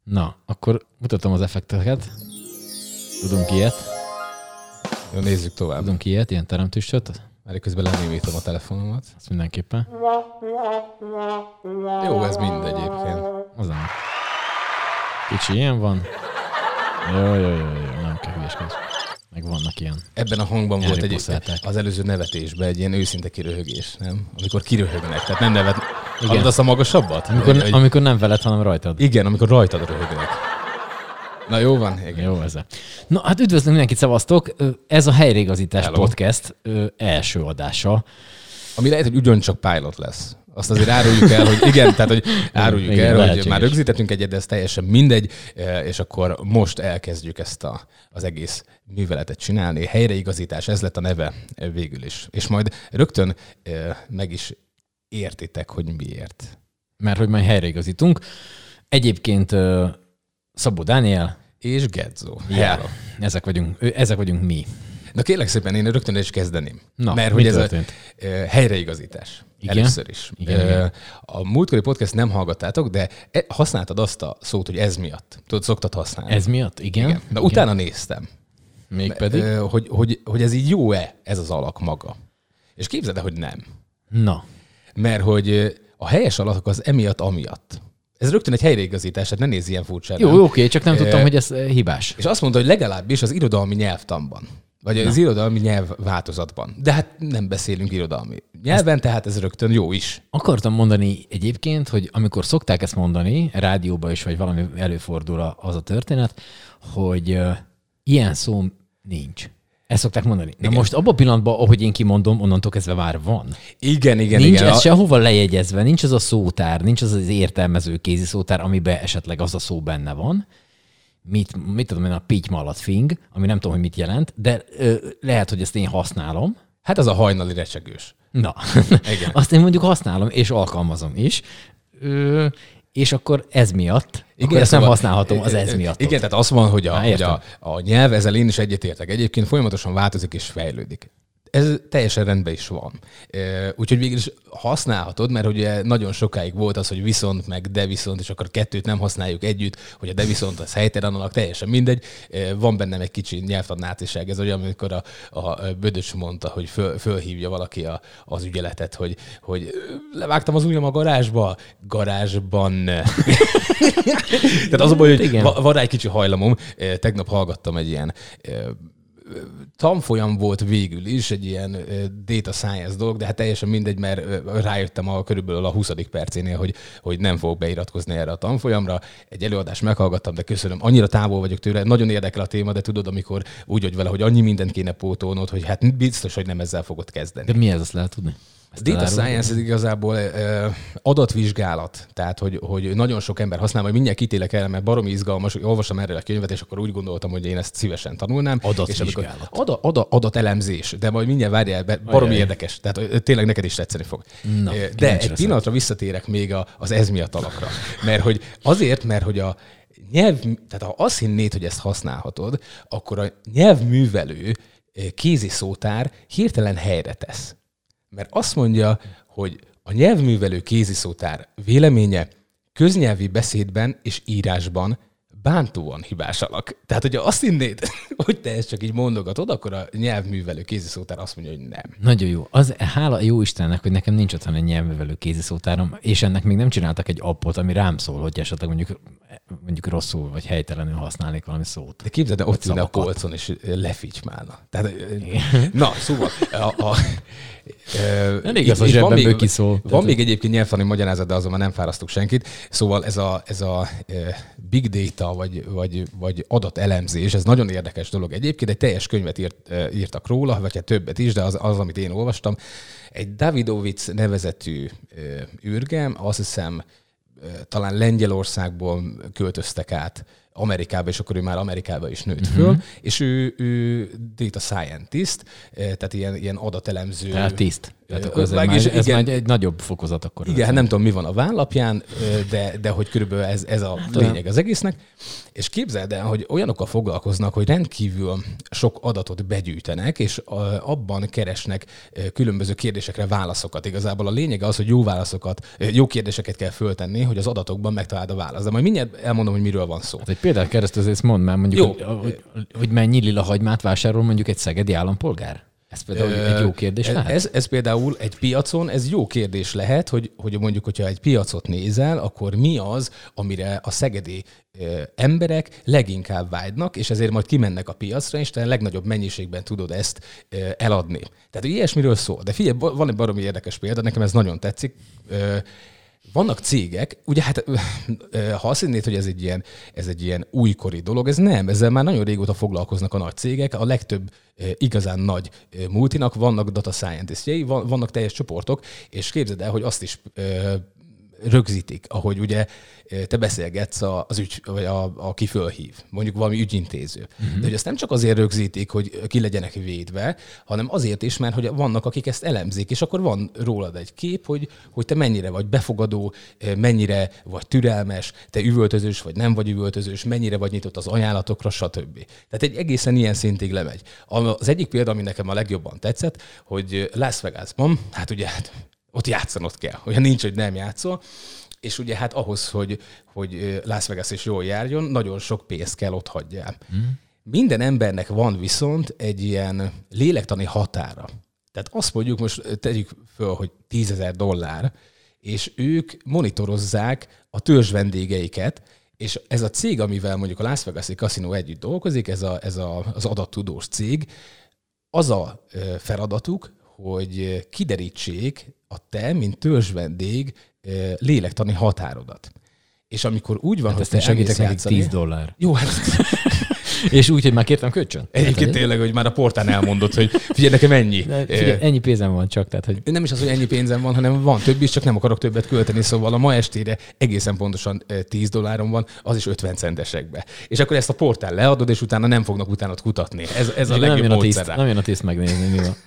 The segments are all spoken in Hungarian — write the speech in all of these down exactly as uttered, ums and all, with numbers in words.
Na, akkor mutatom az effekteket. Tudunk ilyet. Jó, nézzük tovább. Tudunk ilyet, ilyen teremtőstöt. Már közben lenémítom a telefonomat. Azt mindenképpen. Jó, ez mind egyébként. Az nem. Kicsi ilyen van. Jó, jó, jó, jó, nem kell hülyeskedni. Meg vannak ilyen. Ebben a hangban volt egy, Elriposzálták. az előző nevetésben egy ilyen őszinte kiröhögés, nem? Amikor kiröhögnek, tehát nem nevet. Igen. Hallod azt a magasabbat? Amikor, Hogy- hogy- amikor nem veled, hanem rajtad. Igen, amikor rajtad röhögnek. Na jó van? Igen. Jó ez. Na hát üdvözlünk mindenkit, szevasztok. Ez a Helyreigazítás Hello. Podcast ö, első adása. Ami lehet, hogy ugyancsak pilot lesz. Azt azért áruljuk el, hogy igen, tehát hogy áruljuk Igen, el, hogy lehetséges. már rögzítettünk egyet, de ez teljesen mindegy, és akkor most elkezdjük ezt a, az egész műveletet csinálni. Helyreigazítás, ez lett a neve végül is. És majd rögtön eh, meg is értitek, hogy miért. Mert hogy majd helyreigazítunk. Egyébként ö, Szabó Dániel, És Gedzo. yeah, ezek vagyunk, ö, ezek vagyunk mi. Na kérlek szépen, én rögtön is kezdeném. Na, mert mi hogy ez történt? a eh, helyreigazítás. Igen? Először is. Igen, Eh, igen. A múltkori podcast nem hallgattátok, de e- használtad azt a szót, hogy ez miatt. Tudod, szoktad használni. Ez miatt? Igen. Igen. Na, igen. utána néztem, Mégpedig? Ö, hogy, hogy, hogy ez így jó-e, ez az alak maga. És képzeld el, hogy nem. Na, Mert hogy ö, a helyes alak az emiatt, amiatt. Ez rögtön egy helyreigazítás, tehát ne nézz ilyen furcsán. jó, nem? oké, csak nem Ö, tudtam, hogy ez ö, hibás. És azt mondta, hogy legalábbis az irodalmi nyelvtanban. Vagy az irodalmi nyelv változatban. De hát nem beszélünk irodalmi nyelven, tehát ez rögtön jó is. Akartam mondani egyébként, hogy amikor szokták ezt mondani, rádióban is, vagy valami előfordul az a történet, hogy uh, ilyen szó nincs. Ezt szokták mondani. Na Igen. most abban a pillanatban, ahogy én kimondom, onnantól kezdve már van. Igen, igen, Nincs igen. ez A- sehova lejegyezve, nincs az a szótár, nincs az az értelmező kézi szótár, amiben esetleg az a szó benne van. Mit, mit tudom én, a pittymalatfing, ami nem tudom, hogy mit jelent, de ö, lehet, hogy ezt én használom. Hát az a hajnali recsegős. Na, Igen. azt én mondjuk használom, és alkalmazom is, Ö, és akkor ez miatt, igen, akkor ezt nem szóval- használhatom az ez miatt. Igen, tehát azt van, hogy, a, Há, hogy értem. a, a nyelv, ezzel én is egyetértek. Egyébként folyamatosan változik és fejlődik. Ez teljesen rendben is van. Ö, Úgyhogy végül is használhatod, mert ugye nagyon sokáig volt az, hogy viszont meg de viszont, és akkor kettőt nem használjuk együtt, hogy a de viszont az helytelen alak, teljesen mindegy. Ö, Van bennem egy kicsi nyelvtannáciság, ez olyan, amikor a, a Bödöcs mondta, hogy föl, fölhívja valaki a, az ügyeletet, hogy, hogy ö, levágtam az ujjam a garázsba, garázsban. Tehát az a baj, hogy Igen. va- van rá egy kicsi hajlamom. Ö, Tegnap hallgattam egy ilyen ö, tanfolyam volt végül is, egy ilyen ö, data science dolog, de hát teljesen mindegy, mert ö, rájöttem a körülbelül a huszadik percénél, hogy, hogy nem fogok beiratkozni erre a tanfolyamra. Egy előadást meghallgattam, de köszönöm. Annyira távol vagyok tőle, nagyon érdekel a téma, de tudod, amikor úgy vagy vele, hogy annyi mindent kéne pótolnod, hogy hát biztos, hogy nem ezzel fogod kezdeni. De mi ez, azt lehet tudni? Ezt Data elárulod? science ez igazából ö, adatvizsgálat, tehát hogy, hogy nagyon sok ember használ, majd mindjárt kitélek el, mert baromi izgalmas, hogy olvastam erről a könyvet, és akkor úgy gondoltam, hogy én ezt szívesen tanulnám. Adatvizsgálat. És amikor- Ada, ada, adatelemzés, de majd mindjárt várjál, be, baromi Ajaj. érdekes, tehát ö, tényleg neked is tetszeni fog. Na, Ö, de kíváncsi egy leszek. pillanatra visszatérek még a, az ez miatt alakra, mert hogy azért, mert hogy a nyelv, tehát ha azt hinnéd, hogy ezt használhatod, akkor a nyelvművelő ö, kézi szótár hirtelen helyre tesz. Mert azt mondja, hogy a nyelvművelő kéziszótár véleménye köznyelvi beszédben és írásban bántóan hibás alak. Tehát, hogyha azt hinnéd, hogy te ezt csak így mondogatod, akkor a nyelvművelő kéziszótár azt mondja, hogy nem. Nagyon jó. Az, hála jó Istennek, hogy nekem nincs otthon egy nyelvművelő kéziszótárom, és ennek még nem csináltak egy appot, ami rám szól, hogy esetleg mondjuk, mondjuk rosszul vagy helytelenül használnék valami szót. De képzeld, ott ülne a szavakat. polcon, és lefitymálna. Tehát, na, szóval a, a, Nem igaz, hogy zsebemből kiszól. Van még egyébként nyelvtani magyarázat, de azon már nem fárasztok senkit. Szóval ez a, ez a big data, vagy, vagy, vagy adatelemzés, ez nagyon érdekes dolog. Egyébként egy teljes könyvet írt, írtak róla, vagy hát többet is, de az, az, amit én olvastam. Egy Davidovich nevezetű űrge, azt hiszem, talán Lengyelországból költöztek át Amerikába, és akkor ő már Amerikába is nőtt föl, uh-huh. és ő, ő data scientist, tehát ilyen, ilyen adatelemző. Tehát tiszt. Tehát akkor ez, már, ez igen, már egy nagyobb fokozat akkor. Igen, hát nem tudom, mi van a vállapján, de, de hogy körülbelül ez, ez a lényeg az egésznek. És képzeld el, hogy olyanokkal foglalkoznak, hogy rendkívül sok adatot begyűjtenek, és abban keresnek különböző kérdésekre válaszokat. Igazából a lényeg az, hogy jó válaszokat, jó kérdéseket kell föltenni, hogy az adatokban megtaláld a választ. De majd mindjárt elmondom, hogy miről van szó. Hát egy példát keresztül ezt mondd már, mondjuk, hogy, hogy, hogy mennyi lila hagymát vásárol mondjuk egy szegedi állampolgár? Ez például Ö, egy jó kérdés lehet? Ez, ez például egy piacon, ez jó kérdés lehet, hogy, hogy mondjuk, hogyha egy piacot nézel, akkor mi az, amire a szegedi ö, emberek leginkább vágynak, és ezért majd kimennek a piacra, és te legnagyobb mennyiségben tudod ezt ö, eladni. Tehát ilyesmiről szól. De figyelj, van egy baromi érdekes példa, nekem ez nagyon tetszik. Ö, Vannak cégek, ugye hát ha azt hinnéd, hogy ez egy, ilyen, ez egy ilyen újkori dolog, ez nem, ezzel már nagyon régóta foglalkoznak a nagy cégek, a legtöbb igazán nagy multinak vannak data scientistjei, vannak teljes csoportok, és képzeld el, hogy azt is rögzítik, ahogy ugye te beszélgetsz az ügy, vagy a, aki fölhív, mondjuk valami ügyintéző. Uh-huh. De hogy ezt nem csak azért rögzítik, hogy ki legyenek védve, hanem azért is, mert hogy vannak, akik ezt elemzik, és akkor van rólad egy kép, hogy, hogy te mennyire vagy befogadó, mennyire vagy türelmes, te üvöltözős vagy nem vagy üvöltözős, mennyire vagy nyitott az ajánlatokra, stb. Tehát egy egészen ilyen szintig lemegy. Az egyik példa, ami nekem a legjobban tetszett, hogy Las Vegasban, hát ugye hát ott játszanod kell. Olyan nincs, hogy nem játszol. És ugye hát ahhoz, hogy, hogy Las Vegas is jól járjon, nagyon sok pénzt kell ott hagyjál. Mm. Minden embernek van viszont egy ilyen lélektani határa. Tehát azt mondjuk, most tegyük föl, hogy tízezer dollár, és ők monitorozzák a törzs vendégeiket, és ez a cég, amivel mondjuk a Las Vegas-i kaszinó együtt dolgozik, ez, a, ez a, az adattudós cég, az a feladatuk, hogy kiderítsék a te, mint törzsvendég lélektani határodat. És amikor úgy van, hát hogy te segítek nekik tíz dollár. Jó, hát... És úgy, hogy már kértem kölcsön. Egyébként tényleg, hogy már a portán elmondott, hogy figyelj, nekem ennyi. Figyelj, ennyi pénzem van csak. Tehát, hogy... Nem is az, hogy ennyi pénzem van, hanem van több is, csak nem akarok többet költeni. Szóval a ma estére egészen pontosan tíz dollárom van, az is ötven centesekbe. És akkor ezt a portán leadod, és utána nem fognak utánat kutatni. Ez, ez a nem legjobb módszer. Nem jön a tiszt megnézni, mi van.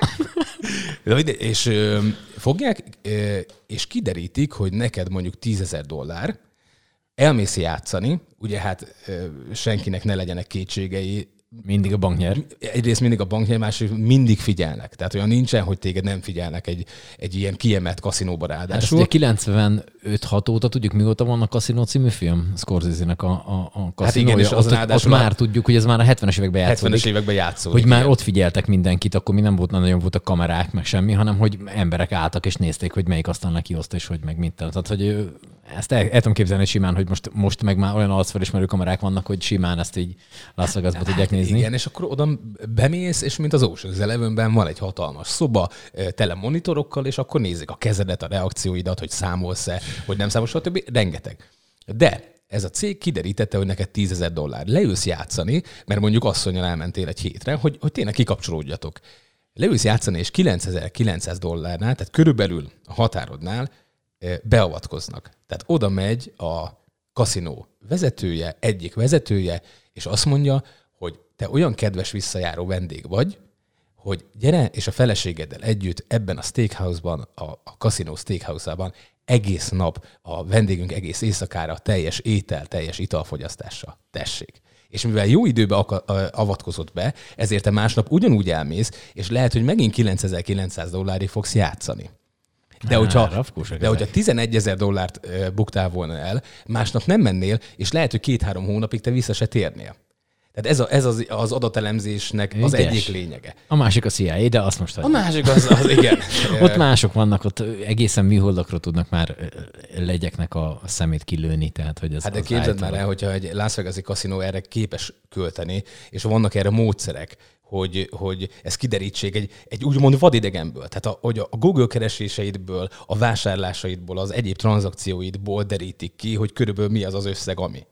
És ö, fogják, ö, és kiderítik, hogy neked mondjuk tízezer dollár, elmész játszani, ugye hát ö, senkinek ne legyenek kétségei. Mindig a bank nyer. Egyrészt mindig a bank nyer, másrészt mindig figyelnek. Tehát olyan nincsen, hogy téged nem figyelnek egy, egy ilyen kiemelt kaszinóba ráadásul. Hát kilencvenöt hat óta tudjuk, mióta van a Kaszinó című film, Scorsese-nek a, a, a kaszinója. Hát igen, és az ott, ott már tudjuk, hogy ez már a hetvenes években játszódik. hetvenes években játszódik. Hogy már ott figyeltek mindenkit, akkor mi nem volt, nagyon voltak kamerák, meg semmi, hanem hogy emberek álltak és nézték, hogy melyik asztalnak kioszta, és hogy meg mit. Tehát, hogy ezt el, el tudom képzelni simán, hogy most, most meg már olyan arcfelismerő kamerák vannak, hogy simán ezt így Las Vegasba hát tudják nézni. Igen, és akkor oda bemész, és mint az Ocean's Elevenben van egy hatalmas szoba, tele monitorokkal, és akkor nézik a kezedet, a reakcióidat, hogy számolsz-e, hogy nem számolsz, stb. Rengeteg. De ez a cég kiderítette, hogy neked tízezer dollár. Leülsz játszani, mert mondjuk asszonnyal elmentél egy hétre, hogy, hogy tényleg kikapcsolódjatok. Leülsz játszani, és kilencezer-kilencszáz dollárnál, tehát körülbelül a határodnál beavatkoznak. Tehát oda megy a kaszinó vezetője, egyik vezetője, és azt mondja, hogy te olyan kedves visszajáró vendég vagy, hogy gyere, és a feleségeddel együtt ebben a steakhouse-ban, a, a kaszinó steakhouse-ában egész nap a vendégünk egész éjszakára teljes étel, teljes italfogyasztással. Tessék. És mivel jó időben avatkozott be, ezért te másnap ugyanúgy elmész, és lehet, hogy megint kilencezer-kilencszáz dollárig fogsz játszani. De hogyha, de hogyha tizenegyezer dollárt buktál volna el, másnap nem mennél, és lehet, hogy két-három hónapig te vissza se térnél. Tehát ez, a, ez az, az adatelemzésnek az Ügyes. Egyik lényege. A másik a C I A, de azt most... A másik az, az igen. Ott mások vannak, ott egészen műholdakra tudnak már legyeknek a szemét kilőni. Tehát, hogy ez hát de képzeld már el, hogyha egy Las Vegas-i kaszinó erre képes költeni, és vannak erre módszerek, hogy, hogy ez kiderítsék egy, egy úgymond vadidegenből. Tehát a, hogy a Google kereséseidből, a vásárlásaidból, az egyéb tranzakcióidból derítik ki, hogy körülbelül mi az az összeg, ami.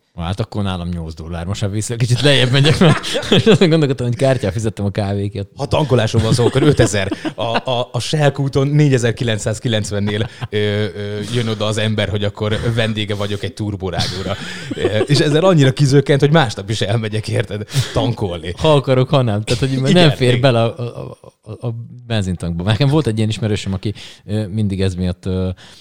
Hát akkor nálam nyolc dollár, most már vissza, kicsit lejjebb megyek, mert azon gondolkodtam, hogy kártyán fizettem a kávékért. Ha tankoláson van szó, akkor ötezer. A, a, a Shell úton négyezer-kilencszázkilencvennél ö, ö, jön oda az ember, hogy akkor vendége vagyok egy turborágóra. És ezzel annyira kizökkent, hogy másnap is elmegyek, érted, tankolni. Ha akarok, ha nem. Tehát, hogy igen, nem fér igen. bele a, a, a, a benzintankba. Nekem volt egy ilyen ismerősöm, aki mindig ez miatt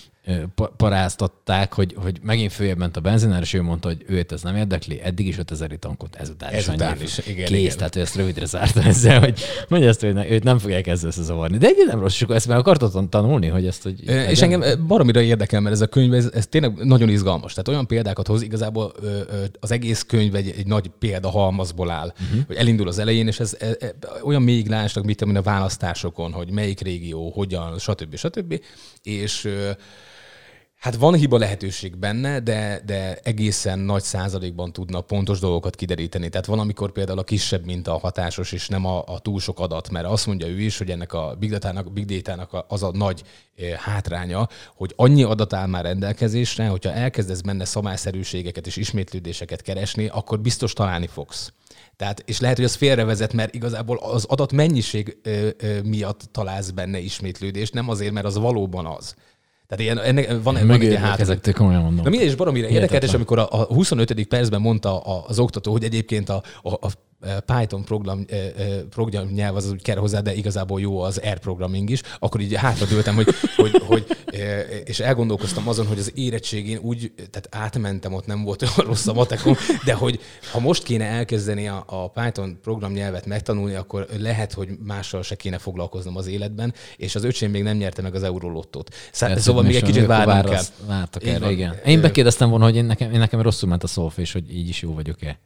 paráztatták, hogy, hogy megint följebb ment a benzinár, és ő mondta, hogy őt ez nem érdekli, eddig is ötezeri tankot, ezután, ezután is. Igen, kész, igen. Tehát ő ezt rövidre zárta ezzel, hogy mondja ezt, hogy ne, őt nem fogják ezzel összezavarni. De egyébként nem rossz, és akkor ezt meg akartad tanulni, hogy ezt, hogy... E, és engem baromira érdekel, mert ez a könyv, ez, ez tényleg nagyon izgalmas. Tehát olyan példákat hoz, igazából az egész könyv egy, egy nagy példahalmazból áll, uh-huh. hogy elindul az elején, és ez e, e, olyan még lásnak, mit tudom, a választásokon, hogy melyik régió, hogyan, stb. stb. És hát van hiba lehetőség benne, de, de egészen nagy százalékban tudna pontos dolgokat kideríteni. Tehát van, amikor például a kisebb minta hatásos, és nem a, a túl sok adat, mert azt mondja ő is, hogy ennek a big data-nak, big data-nak az a nagy hátránya, hogy annyi adat áll már rendelkezésre, hogyha elkezdesz benne szabályszerűségeket és ismétlődéseket keresni, akkor biztos találni fogsz. Tehát, és lehet, hogy az félrevezet, mert igazából az adat mennyiség ö, ö, miatt találsz benne ismétlődést, nem azért, mert az valóban az. Tehát ilyen, ennek van, van egy hát. Ezektől komolyan mondom. Na mindegy is baromira érdekes, amikor a, a huszonötödik percben mondta az oktató, hogy egyébként a, a, a Python program, program nyelv az úgy kell hozzá, de igazából jó az R programming is, akkor így hátradőltem, hogy, hogy, hogy, és elgondolkoztam azon, hogy az érettségén úgy, tehát átmentem, ott nem volt olyan rossz a matekom, de hogy ha most kéne elkezdeni a, a Python programnyelvet megtanulni, akkor lehet, hogy mással se kéne foglalkoznom az életben, és az öcsém még nem nyerte meg az Eurolottót. Szá- szóval még egy kicsit várnom kell. Vártak erre, igen. Én bekérdeztem volna, hogy én nekem, én nekem rosszul ment a szolfés, hogy így is jó vagyok-e.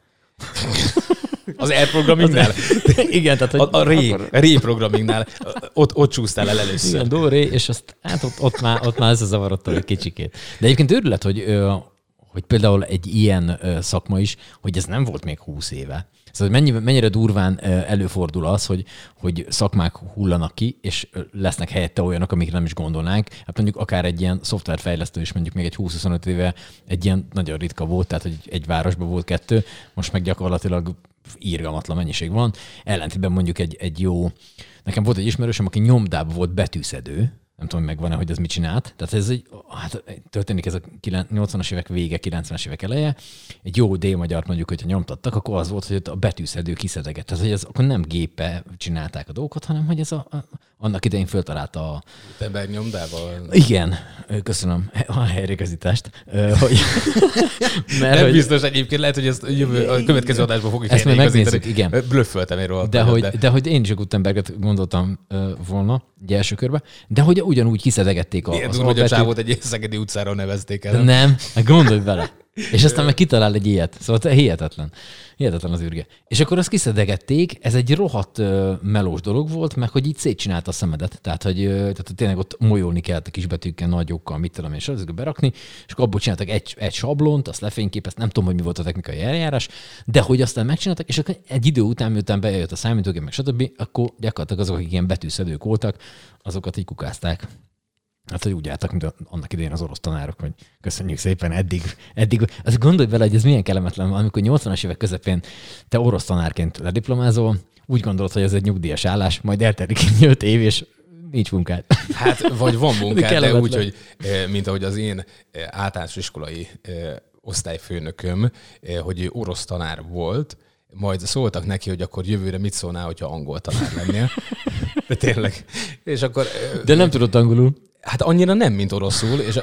Az R-programmingnál? Igen, tehát... Hogy a a ré, akkor... ré programmingnál. Ott, ott csúsztál el először. Igen, do, ré, és azt, hát ott, ott már, ott már összezavarodtam egy kicsikét. De egyébként őrület, hogy, hogy például egy ilyen szakma is, hogy ez nem volt még húsz éve. Szóval mennyire, mennyire durván előfordul az, hogy, hogy szakmák hullanak ki, és lesznek helyette olyanok, amik nem is gondolnánk. Hát mondjuk akár egy ilyen szoftverfejlesztő is mondjuk még egy húsz-huszonöt éve egy ilyen nagyon ritka volt, tehát hogy egy városban volt kettő, most meg gyakorlatilag írgalmatlan mennyiség van. Ellentétben mondjuk egy, egy jó... Nekem volt egy ismerősöm, aki nyomdában volt betűszedő, nem tudom, hogy megvan-e, hogy ez mit csinált. Tehát ez egy, hát történik ez a nyolcvanas évek vége, kilencvenes évek eleje. Egy jó D-magyart mondjuk, hogyha nyomtattak, akkor az volt, hogy a betűszedő kiszedeget. Tehát, hogy ez akkor nem gépe csinálták a dolgokat, hanem hogy ez a, a, annak idején föltalálta a... Ember nyomdával? Igen, köszönöm a helyreigazítást. Hogy... Mert, nem hogy... biztos egyébként, lehet, hogy ezt jövő, a következő adásban fogjuk ezt megnézzük, igen. Blöfföltem én róla. De, hogy, de... de hogy én is a Gutenberget gondoltam volna, egy első körbe, de hogy ugyanúgy kiszedegették a... Ilyen durva, hogy a csávót egy szegedi utcáról nevezték el. Nem, nem gondolj bele. És aztán meg kitalál egy ilyet. Szóval hihetetlen. Hihetetlen az űrge. És akkor azt kiszedegették, ez egy rohadt uh, melós dolog volt, meg hogy így szétcsinálta a szemedet. Tehát, hogy, uh, tehát, tényleg ott molyolni kellett a kisbetűkkel, nagyokkal, mit tudom én, és azért berakni, és akkor abból csináltak egy, egy sablont, azt lefényképeztek, nem tudom, hogy mi volt a technikai eljárás, de hogy aztán megcsináltak, és akkor egy idő után, miután bejött a számítógép, meg stb., akkor gyakorlatilag azok, akik ilyen betűszedők voltak, azokat így kukázták. Hát, hogy úgy álltak, mint annak idején az orosz tanárok, hogy köszönjük szépen, eddig, eddig. Azt gondolj bele, hogy ez milyen kellemetlen, amikor nyolcvanas évek közepén te orosz tanárként lediplomázol, úgy gondolod, hogy ez egy nyugdíjas állás, majd eltelik öt év, és nincs munkád. Hát, vagy van munkád, de úgy, hogy mint ahogy az én általános iskolai osztályfőnököm, hogy ő orosz tanár volt, majd szóltak neki, hogy akkor jövőre mit szólnál, hogyha angol tanár lennél. De tényleg. És akkor, de nem tudott angolul. Hát annyira nem, mint oroszul, és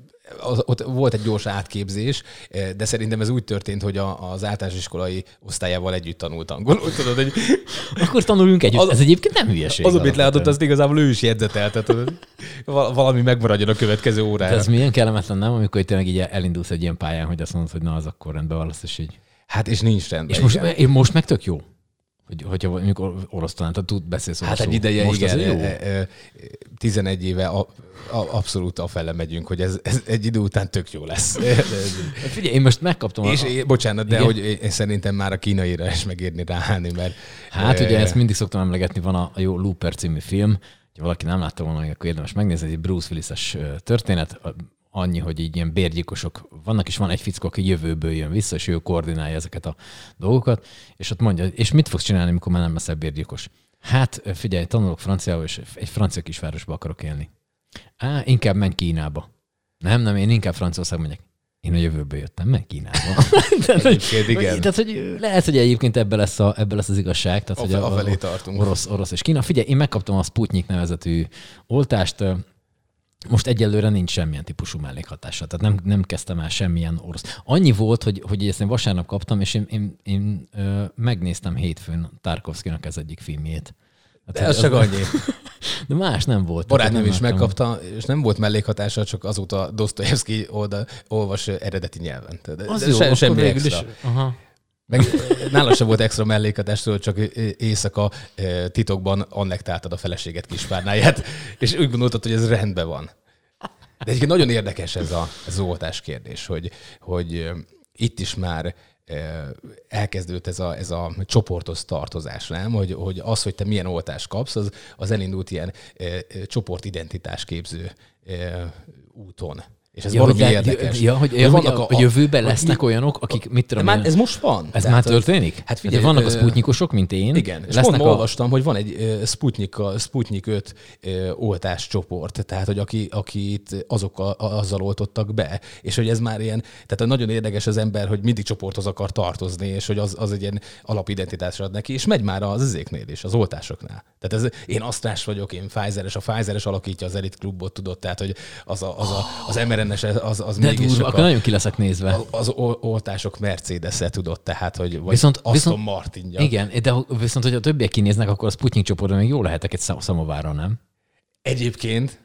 az, ott volt egy gyors átképzés, de szerintem ez úgy történt, hogy a, az általános iskolai osztályával együtt tanult angolul. Tudod, hogy akkor tanuljunk együtt. Az, ez egyébként nem hülyeség. Az, amit leadott, azt igazából ő is jegyzetelt. Tehát valami megmaradjon a következő órára. De ez milyen kellemetlen, nem? Amikor tényleg így elindulsz egy ilyen pályán, hogy azt mondod, hogy na, az akkor rendben válasz, és így. Hát és nincs rendben. És most, most meg tök jó. Hogy, hogyha amikor orosz talán, tehát tud beszélsz oroszul. Hát egy ideje, most igen, tizenegy éve a, a, abszolút afele megyünk, hogy ez, ez egy idő után tök jó lesz. Figyelj, én most megkaptam. És a... bocsánat, de igen? Hogy én szerintem már a kínaira is megérni ráállni, mert... Hát e... ugye ezt mindig szoktam emlegetni, van a, a jó Looper című film, ha valaki nem látta volna, akkor érdemes megnézni, egy Bruce Willis-es történet, annyi, hogy így ilyen bérgyilkosok vannak, és van egy fickó, aki jövőből jön vissza, és ő koordinálja ezeket a dolgokat, és ott mondja, és mit fogsz csinálni, amikor már nem leszel bérgyilkos? Hát figyelj, tanulok franciául, és egy francia kisvárosba akarok élni. Á, inkább menj Kínába. Nem, nem, én inkább Franciaország megyek. Én a jövőből jöttem, meg Kínába. tehát, hogy, igen. tehát, hogy lehet, hogy egyébként ebbe lesz, a, ebbe lesz az igazság. Tehát, hogy a, a, tartunk. Orosz, orosz és Kína. Figyelj, én megkaptam a Sputnik nevezetű oltást. Most egyelőre nincs semmilyen típusú mellékhatása. Tehát nem, nem kezdtem el semmilyen orosz. Annyi volt, hogy, hogy ezt én vasárnap kaptam, és én, én, én ö, megnéztem hétfőn Tarkovszkinak ez egyik filmjét. De ez csak annyi. De más nem volt. Barátnőm is megkapta, és nem volt mellékhatása, csak azóta Dostoyevsky oldal olvas eredeti nyelven. De az jó, se, semmi extra. Is. Aha. Meg nála sem volt extra mellékhatástól, csak éjszaka titokban annektáltad a feleséget Kispárnáját, és úgy gondoltad, hogy ez rendben van. De egyébként nagyon érdekes ez a, ez az oltás kérdés, hogy, hogy itt is már elkezdődött ez a, ez a csoportos tartozás, nem? Hogy, hogy az, hogy te milyen oltást kapsz, az, az elindult ilyen e, e, csoportidentitásképző e, úton. És ez ja, valami hogy érdekes. Ja, hogy, ja, hogy a, a jövőben lesznek mi, olyanok, akik mit tudom már én... Ez most van. Ez már történik? Hát figyelj, vannak a sputnikosok, mint én. Igen, és pont a... olvastam, hogy van egy uh, Sputnik, Sputnik öt uh, oltáscsoport, tehát hogy aki, akit azok a, azzal oltottak be, és hogy ez már ilyen, tehát nagyon érdekes az ember, hogy mindig csoporthoz akar tartozni, és hogy az, az egy ilyen alapidentitásra ad neki, és megy már az ezéknél is, az oltásoknál. Tehát ez, én asztrás vagyok, én Pfizeres, a Pfizeres alakítja az Elite Klubot, tudod, tehát hogy az a, az, a, az em er en es, az, az de durva, akkor a, nagyon ki leszek nézve. Az, az oltások Mercedes-e tudod, tehát, hogy vagy viszont, Aston viszont, Martinja. Igen, de viszont, hogy a többiek kinéznek, akkor a Sputnik csoportban még jól lehetek egy szamovárral, nem? Egyébként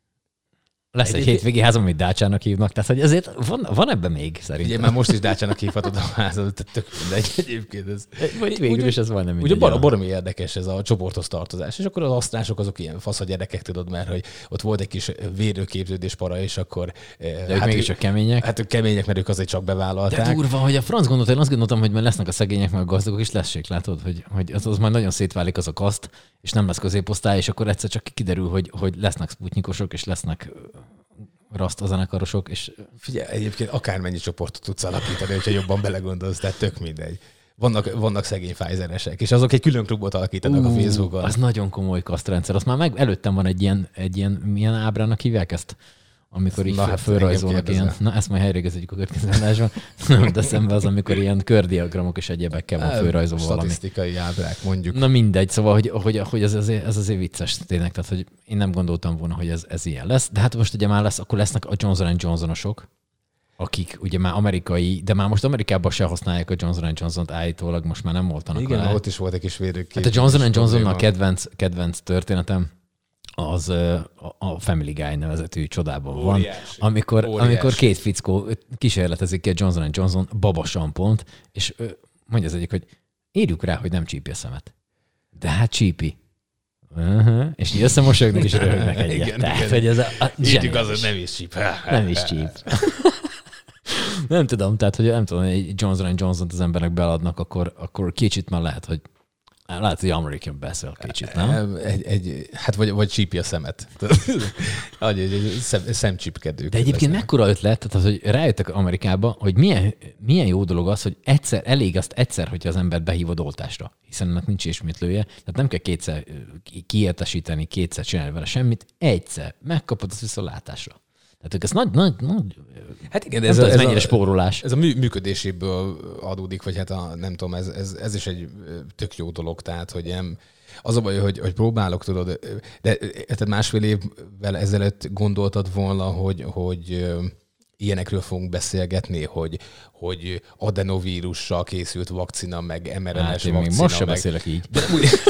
lesz egy, egy hétvégi házam, amit Dácsának hívnak, tehát hogy ezért van, van ebben még szerintem. Ugye már most is Dácsának hívhatod a házat, tök mindegy egyébként. Ez, vagy végül úgy, is ez van nem mindegy. Ugye baromi érdekes ez a csoportos tartozás, és akkor az asztrások azok ilyen fasz a gyerekek, tudod, mert hogy ott volt egy kis vérőképződés para, és akkor... De hát ők mégiscsak kemények. Hát ők kemények, mert ők azért csak bevállalták. De durva, hogy a franc gondolt, én azt gondoltam, hogy már lesznek a szegények, meg a gazdagok, és lessék, látod, hogy, hogy az, az majd nagyon szétválik az a kaszt, és nem lesz középosztály, és akkor egyszer csak kiderül, hogy, hogy lesznek sputnikosok, és lesznek raszt zenekarosok, és... Figyelj, egyébként akármennyi csoportot tudsz alapítani, hogyha jobban belegondolsz, tehát tök mindegy. Vannak, vannak szegény Pfizeresek, és azok egy külön klubot alakítanak uh, a Facebookon. Az nagyon komoly kasztrendszer. Azt már meg előttem van egy ilyen, egy ilyen milyen ábrának hívják ezt? Amikor így hát fölrajzolnak ilyen, na ezt majd helyrégeződjük a következő adásban, de szemben az, amikor ilyen kördiagramok és egyebekkel van fölrajzolva valami. Statisztikai ábrák, mondjuk. Na mindegy, szóval, hogy, hogy, hogy ez, azért, ez azért vicces tényleg, tehát hogy én nem gondoltam volna, hogy ez, ez ilyen lesz, de hát most ugye már lesz, akkor lesznek a Johnson and Johnson-osok, akik ugye már amerikai, de már most Amerikában se használják a Johnson and Johnson-t állítólag, most már nem voltanak. Igen, alá. ott is volt egy kis védőkép. Hát a Johnson and Johnson a kedvenc, kedvenc történetem, az a Family Guy nevezetű csodában van, óriási, amikor, óriási. amikor két fickó kísérletezik ki a Johnson and Johnson babasampont, és mondja az egyik, hogy írjuk rá, hogy nem csípi a szemet. De hát csípi. Uh-huh. És így összemosolyognak, és röhögnek egyet. Igen, Tehát, igen. hogy ez a, a írjuk az, hogy nem is csíp. Nem is csíp. Nem tudom, tehát, hogy nem tudom, egy Johnson and Johnson-t az emberek beladnak, akkor, akkor kicsit már lehet, hogy lehet, hogy American beszél kicsit, nem? Egy, egy, hát vagy, vagy csípi a szemet. egy, egy, egy szem, szemcsipkedők. De egyébként mekkora ötlet, tehát, hogy rájöttek Amerikába, hogy milyen, milyen jó dolog az, hogy egyszer, elég azt egyszer, hogyha az embert behívod oltásra, hiszen ennek nincs ismétlője, tehát nem kell kétszer kiértesíteni, kétszer csinálni vele semmit, egyszer megkapod az viszontlátásra. Tehát ők ez nagy, nagy, nagy... Hát igen, de ez, a, ez, ez mennyire a, spórolás. Ez a mű, működéséből adódik, vagy hát a, nem tudom, ez, ez, ez is egy tök jó dolog, tehát, hogy nem... Az a baj, hogy, hogy próbálok, tudod, de tehát másfél évvel ezelőtt gondoltad volna, hogy, hogy ilyenekről fogunk beszélgetni, hogy, hogy adenovírussal készült vakcina, meg em er en es hát, vakcina. Még most sem meg... beszélek így. De,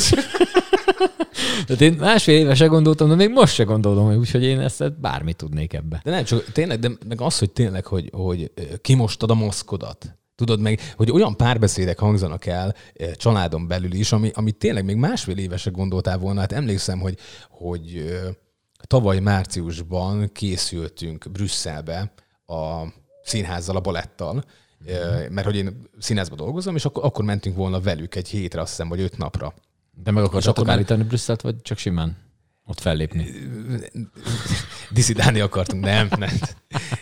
Tehát én másfél éve se gondoltam, de még most se gondolom, hogy úgyhogy én ezt bármit tudnék ebbe. De nem, csak tényleg, de meg az, hogy tényleg, hogy, hogy kimostad a maszkodat. Tudod meg, hogy olyan párbeszédek hangzanak el családon belül is, ami, ami tényleg még másfél éve se gondoltál volna. Hát emlékszem, hogy, hogy tavaly márciusban készültünk Brüsszelbe a színházzal, a balettal, mert hogy én színházban dolgozom, és akkor, akkor mentünk volna velük egy hétre, azt hiszem, vagy öt napra. De meg akartatok állítani már... Brüsszelt, vagy csak simán ott fellépni? Diszidálni akartunk, nem, nem.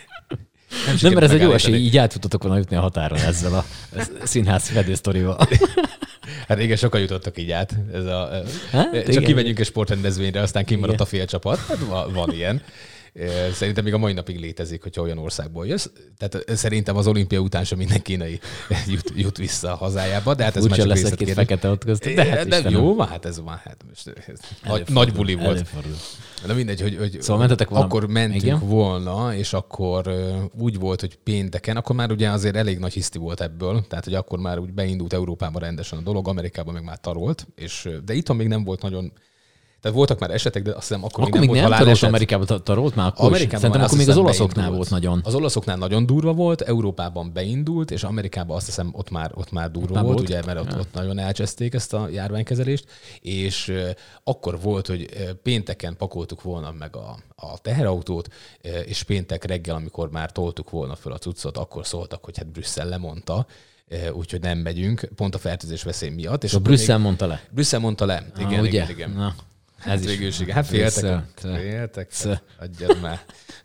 Nem, nem mert ez egy jó esély, így át tudtatok volna jutni a határon ezzel a színház fedősztorival. Hát igen, sokan jutottak így át. Ez a, hát, csak igen. Kimegyünk egy sportrendezvényre, aztán kimaradt a fél csapat. Hát van, van ilyen. Szerintem még a mai napig létezik, hogyha olyan országból jössz. Tehát szerintem az olimpia után sem minden kínai jut, jut vissza a hazájába, de hát ez Furcsa már csak lesz egy-két fekete ott köztük, de hát de jó, hát ez már hát most, ez nagy, nagy buli volt. Előfordul. De mindegy, hogy, hogy szóval mentetek volna, akkor mentünk igen? volna, és akkor úgy volt, hogy pénteken, akkor már ugye azért elég nagy hiszti volt ebből, tehát hogy akkor már úgy beindult Európában rendesen a dolog, Amerikában meg már tarolt, és, de itthon még nem volt nagyon. Tehát voltak már esetek, de azt hiszem akkor, akkor még nem, nem volt haláleset. Amerikában tarolt már akkor Amerikában Szerintem akkor még az olaszoknál beindult. Volt nagyon. Az olaszoknál nagyon durva volt, Európában beindult, és Amerikában azt hiszem ott már, ott már durva ott volt, volt, ugye, mert ott, ott nagyon elcseszték ezt a járványkezelést, és uh, akkor volt, hogy uh, pénteken pakoltuk volna meg a, a teherautót, uh, és péntek reggel, amikor már toltuk volna föl a cuccot, akkor szóltak, hogy hát Brüsszel lemondta, úgyhogy nem megyünk, pont a fertőzés veszély miatt. És a Brüsszel még... mondta le? Brüsszel mondta le, igen, ah, igen, igen. Na. Ez is. Igen. Hát féltek, féltek, adjad már.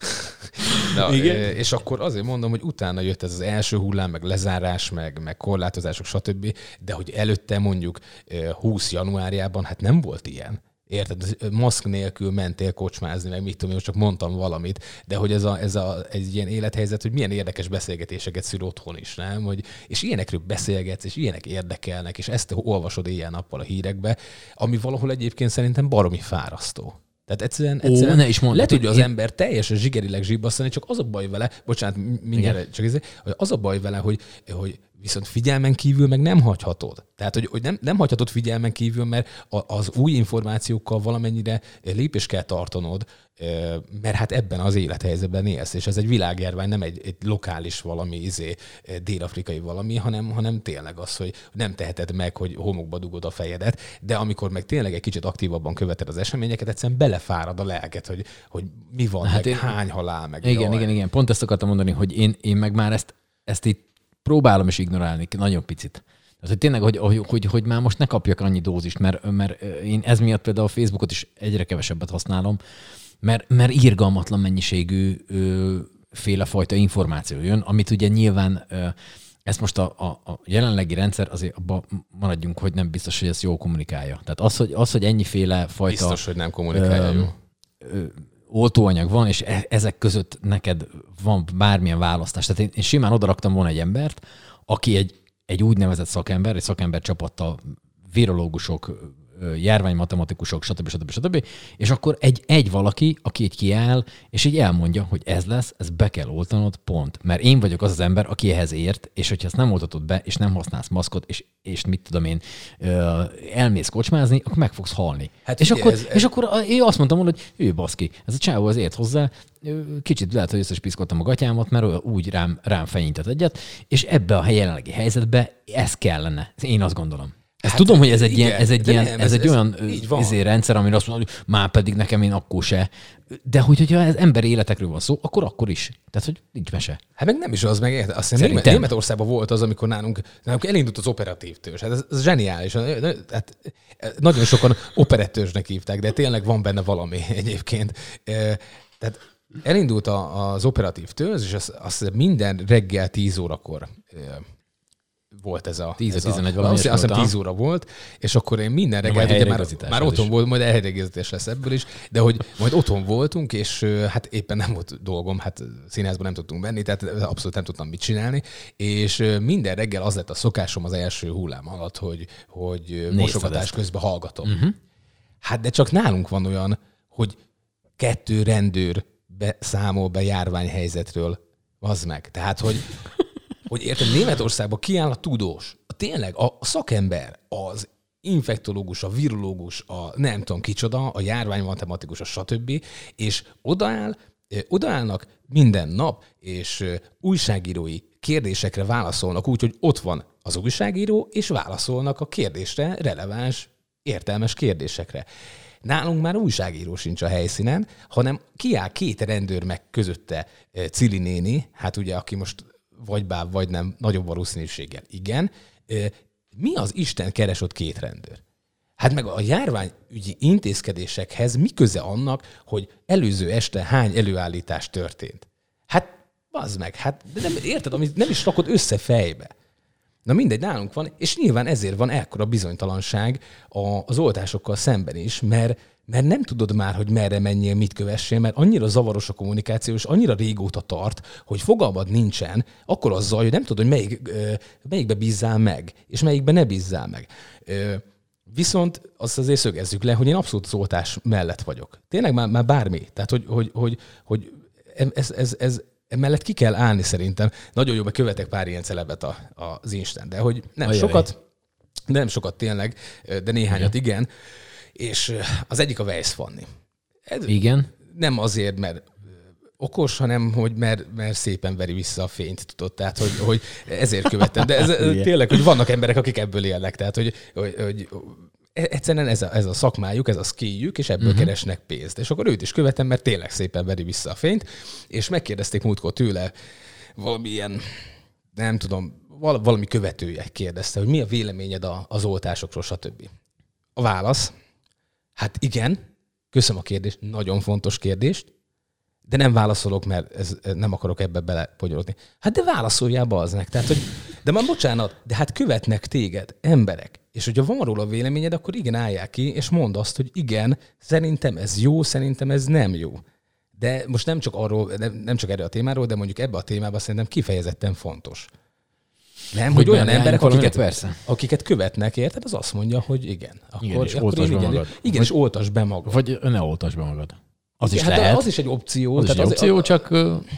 Na, és akkor azért mondom, hogy utána jött ez az első hullám, meg lezárás, meg, meg korlátozások, stb. De hogy előtte mondjuk húsz januárjában, hát nem volt ilyen. Érted? Maszk nélkül mentél kocsmázni, meg mit tudom, én csak mondtam valamit, de hogy ez, a, ez a, egy ilyen élethelyzet, hogy milyen érdekes beszélgetéseket szül otthon is, nem? Hogy, és ilyenekről beszélgetsz, és ilyenek érdekelnek, és ezt olvasod éjjel-nappal a hírekbe, ami valahol egyébként szerintem baromi fárasztó. Tehát egyszerűen, egyszerűen Ó, ne is mondd, le tudja az én... ember teljesen zsigerileg zsibbasztani, csak az a baj vele, bocsánat, mindjárt, csak ez, hogy az a baj vele, hogy, hogy viszont figyelmen kívül meg nem hagyhatod. Tehát, hogy, hogy nem, nem hagyhatod figyelmen kívül, mert az új információkkal valamennyire lépést kell tartanod, mert hát ebben az élethelyzetben élsz, és ez egy világjárvány, nem egy, egy lokális valami, izé, dél-afrikai valami, hanem, hanem tényleg az, hogy nem teheted meg, hogy homokba dugod a fejedet, de amikor meg tényleg egy kicsit aktívabban követed az eseményeket, egyszerűen belefárad a lelket, hogy, hogy mi van, hát meg én... hány halál, meg igen, jaj. igen, igen, pont ezt akartam mondani, hogy én, én meg már ezt, ezt itt próbálom is ignorálni, nagyon picit. Tehát, hogy tényleg, hogy, hogy, hogy, hogy már most ne kapjak annyi dózist, mert, mert én ez miatt például a Facebookot is egyre kevesebbet használom, mert, mert irgalmatlan mennyiségű ö, félefajta információ jön, amit ugye nyilván ö, ezt most a, a, a jelenlegi rendszer, azért abban maradjunk, hogy nem biztos, hogy ezt jól kommunikálja. Tehát az, hogy, az, hogy ennyiféle fajta... Biztos, hogy nem kommunikálja ö, jó. Ö, oltóanyag van, és ezek között neked van bármilyen választás. Tehát én, én simán odaraktam volna egy embert, aki egy, egy úgynevezett szakember, egy szakember csapattal, virológusok, járványmatematikusok, stb. stb. stb. És akkor egy, egy valaki, aki így kiáll, és így elmondja, hogy ez lesz, ez be kell oltanod, pont. Mert én vagyok az az ember, aki ehhez ért, és hogyha ezt nem oltatod be, és nem használsz maszkot, és, és mit tudom én, elmész kocsmázni, akkor meg fogsz halni. Hát és, ugye, akkor, ez, ez... és akkor én azt mondtam volna, hogy ő baszki, ez a csávó az ért hozzá, kicsit lehet, hogy összespiszkoltam a gatyámat, mert úgy rám, rám fenyített egyet, és ebbe a jelenlegi helyzetbe ez kellene. Én azt gondolom. Ezt hát tudom, hogy ez egy, igen, ilyen, ez egy, ilyen, nem, ez, ez egy ez olyan ezért rendszer, amire azt mondom, hogy már pedig nekem én akkor se. De hogy, hogyha ez emberi életekről van szó, akkor akkor is. Tehát, hogy nincs mese. Hát meg nem is az, meg azt hiszem, Német, Németországban volt az, amikor nálunk, nálunk elindult az operatív törzs. Hát ez, ez zseniális. Hát, nagyon sokan operatőrsnek hívták, de tényleg van benne valami egyébként. Tehát elindult az operatív törzs, és azt, azt minden reggel tíz órakor volt ez a... tíz-tizenegy valami. Azt hiszem tíz óra volt, és akkor én minden reggel, ugye már, már otthon volt, majd elhelyreigazítás lesz ebből is, de hogy majd otthon voltunk, és hát éppen nem volt dolgom, hát színházban nem tudtunk menni, tehát abszolút nem tudtam mit csinálni, és minden reggel az lett a szokásom az első hullám alatt, hogy, hogy mosogatás közben hallgatom. Uh-huh. Hát de csak nálunk van olyan, hogy kettő rendőr be, számol be járványhelyzetről, az meg. Tehát, hogy hogy érted, Németországban kiáll a tudós, tényleg a szakember, az infektológus, a virológus, a nem tudom kicsoda, a járványmatematikus, a stb. És odaáll, odaállnak minden nap, és újságírói kérdésekre válaszolnak úgy, hogy ott van az újságíró, és válaszolnak a kérdésre releváns, értelmes kérdésekre. Nálunk már újságíró sincs a helyszínen, hanem kiáll két rendőr meg közötte Cili néni, hát ugye, aki most vagy bár, vagy nem, nagyobb valószínűséggel igen. Mi az Isten keres ott két rendőr? Hát meg a járványügyi intézkedésekhez mi köze annak, hogy előző este hány előállítás történt? Hát az meg, hát de nem, érted, amit nem is rakod össze fejbe. Na mindegy, nálunk van, és nyilván ezért van ekkora bizonytalanság az oltásokkal szemben is, mert, mert nem tudod már, hogy merre menjél, mit kövessél, mert annyira zavaros a kommunikáció, és annyira régóta tart, hogy fogalmad nincsen, akkor az zaj, hogy nem tudod, hogy melyik, melyikbe bízzál meg, és melyikbe ne bízzál meg. Viszont azt azért szögezzük le, hogy én abszolút az oltás mellett vagyok. Tényleg már, már bármi. Tehát, hogy, hogy, hogy, hogy ez, ez, ez emellett ki kell állni szerintem. Nagyon jó, mert követek pár ilyen celebet a, az Instán, de hogy nem Ajaj. sokat, de nem sokat tényleg, de néhányat igen. igen. És az egyik a Weiss Fanni. Ez igen. Nem azért, mert okos, hanem hogy mert, mert szépen veri vissza a fényt, tudod, tehát hogy, hogy ezért követtem. De ez, tényleg, hogy vannak emberek, akik ebből élnek, tehát hogy, hogy, hogy egyszerűen ez a, ez a szakmájuk, ez a skilljük, és ebből uh-huh. keresnek pénzt. És akkor őt is követem, mert tényleg szépen veri vissza a fényt, és megkérdezték múltkor tőle valamilyen, nem tudom, valami követője kérdezte, hogy mi a véleményed az oltásokról, stb. A válasz, hát igen, köszönöm a kérdést, nagyon fontos kérdést, de nem válaszolok, mert ez, nem akarok ebbe beleponyolódni. Hát de válaszoljál baznek. Tehát, hogy, de már bocsánat, de hát követnek téged emberek. És hogyha van róla véleményed, akkor igen, állják ki, és mondd azt, hogy igen, szerintem ez jó, szerintem ez nem jó. De most nem csak arról, nem, nem csak erre a témáról, de mondjuk ebbe a témában szerintem kifejezetten fontos. Nem, hogy, hogy olyan emberek, akiket, persze. akiket követnek, érted, az azt mondja, hogy igen. Akkor, igen, és oltasd be magad. Igen, és oltasd be magad. Vagy ne oltasd be magad. Az igen, is hát lehet. Az is egy opció. Az tehát is egy az, opció, a, csak,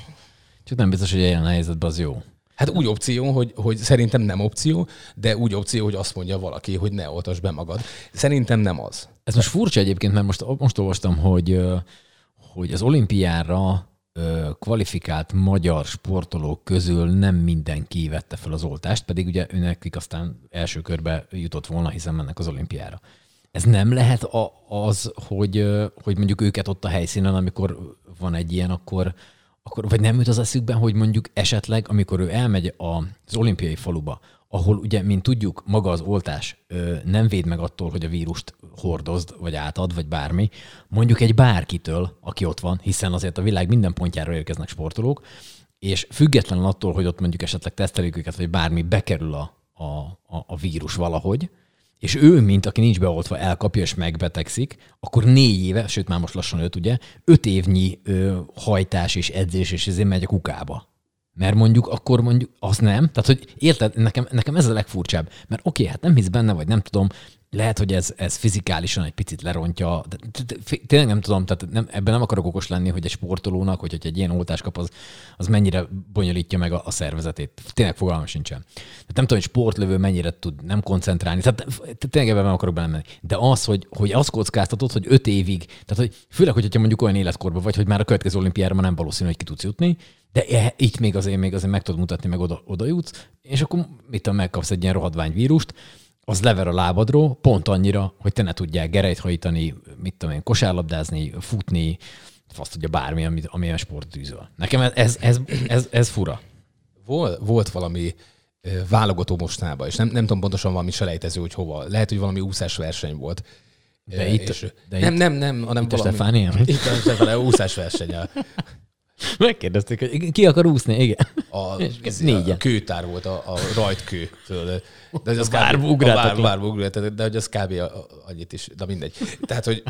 csak nem biztos, hogy ilyen helyzetben az jó. Hát úgy opció, hogy, hogy szerintem nem opció, de úgy opció, hogy azt mondja valaki, hogy ne oltasd be magad. Szerintem nem az. Ez most furcsa egyébként, mert most, most olvastam, hogy, hogy az olimpiára kvalifikált magyar sportolók közül nem mindenki vette fel az oltást, pedig ugye őnekik aztán első körbe jutott volna, hiszen mennek az olimpiára. Ez nem lehet az, hogy, hogy mondjuk őket ott a helyszínen, amikor van egy ilyen, akkor, akkor vagy nem jut az eszükben, hogy mondjuk esetleg, amikor ő elmegy az olimpiai faluba, ahol ugye, mint tudjuk, maga az oltás nem véd meg attól, hogy a vírust hordozd, vagy átad, vagy bármi, mondjuk egy bárkitől, aki ott van, hiszen azért a világ minden pontjára érkeznek sportolók, és függetlenül attól, hogy ott mondjuk esetleg tesztelik őket, vagy bármi, bekerül a, a, a, a vírus valahogy, és ő, mint aki nincs beoltva, elkapja és megbetegszik, akkor négy éve, sőt már most lassan öt, ugye, öt évnyi ö, hajtás és edzés, és ezért megy a kukába. Mert mondjuk akkor mondjuk azt nem. Tehát, hogy érted, nekem, nekem ez a legfurcsább. Mert oké, hát nem hisz benne, vagy nem tudom, lehet, hogy ez, ez fizikálisan egy picit lerontja. De tényleg nem tudom, tehát nem, ebben nem akarok okos lenni, hogy egy sportolónak, hogy egy ilyen oltást kap, az, az mennyire bonyolítja meg a, a szervezetét. Tényleg fogalmam sincsen. Tehát nem tudom, hogy sportlövő mennyire tud nem koncentrálni. Tehát tényleg ebben nem akarok belemenni. De az, hogy, hogy azt kockáztatod, hogy öt évig, tehát hogy főleg, hogyha mondjuk olyan életkorban vagy, hogy már a következő olimpiára már nem valószínű, hogy ki tudsz jutni, de itt még azért, még azért meg tudod mutatni, meg oda, oda jutsz, és akkor mit tudom, megkapsz egy ilyen rohadványvírust, az lever a lábadról, pont annyira, hogy te ne tudják gerejt hajtani, mit tudom én, kosárlabdázni, futni, azt tudja bármi, amit, amilyen sport űzöl. Nekem ez, ez, ez, ez, ez fura. Volt, volt valami válogató mostában, és nem, nem tudom pontosan valami selejtező, hogy hova. Lehet, hogy valami úszásverseny volt. De itt, és de nem, itt, nem, nem, hanem itt valami... a Stefánia? Itt a Stefánia úszásverseny. Megkérdezték, hogy ki akar úszni, igen. A, a kőtár volt, a, a rajtkő. De hogy az várba ugráltak. Várba ugráltak, de hogy az kb. Annyit is, de mindegy. Tehát, hogy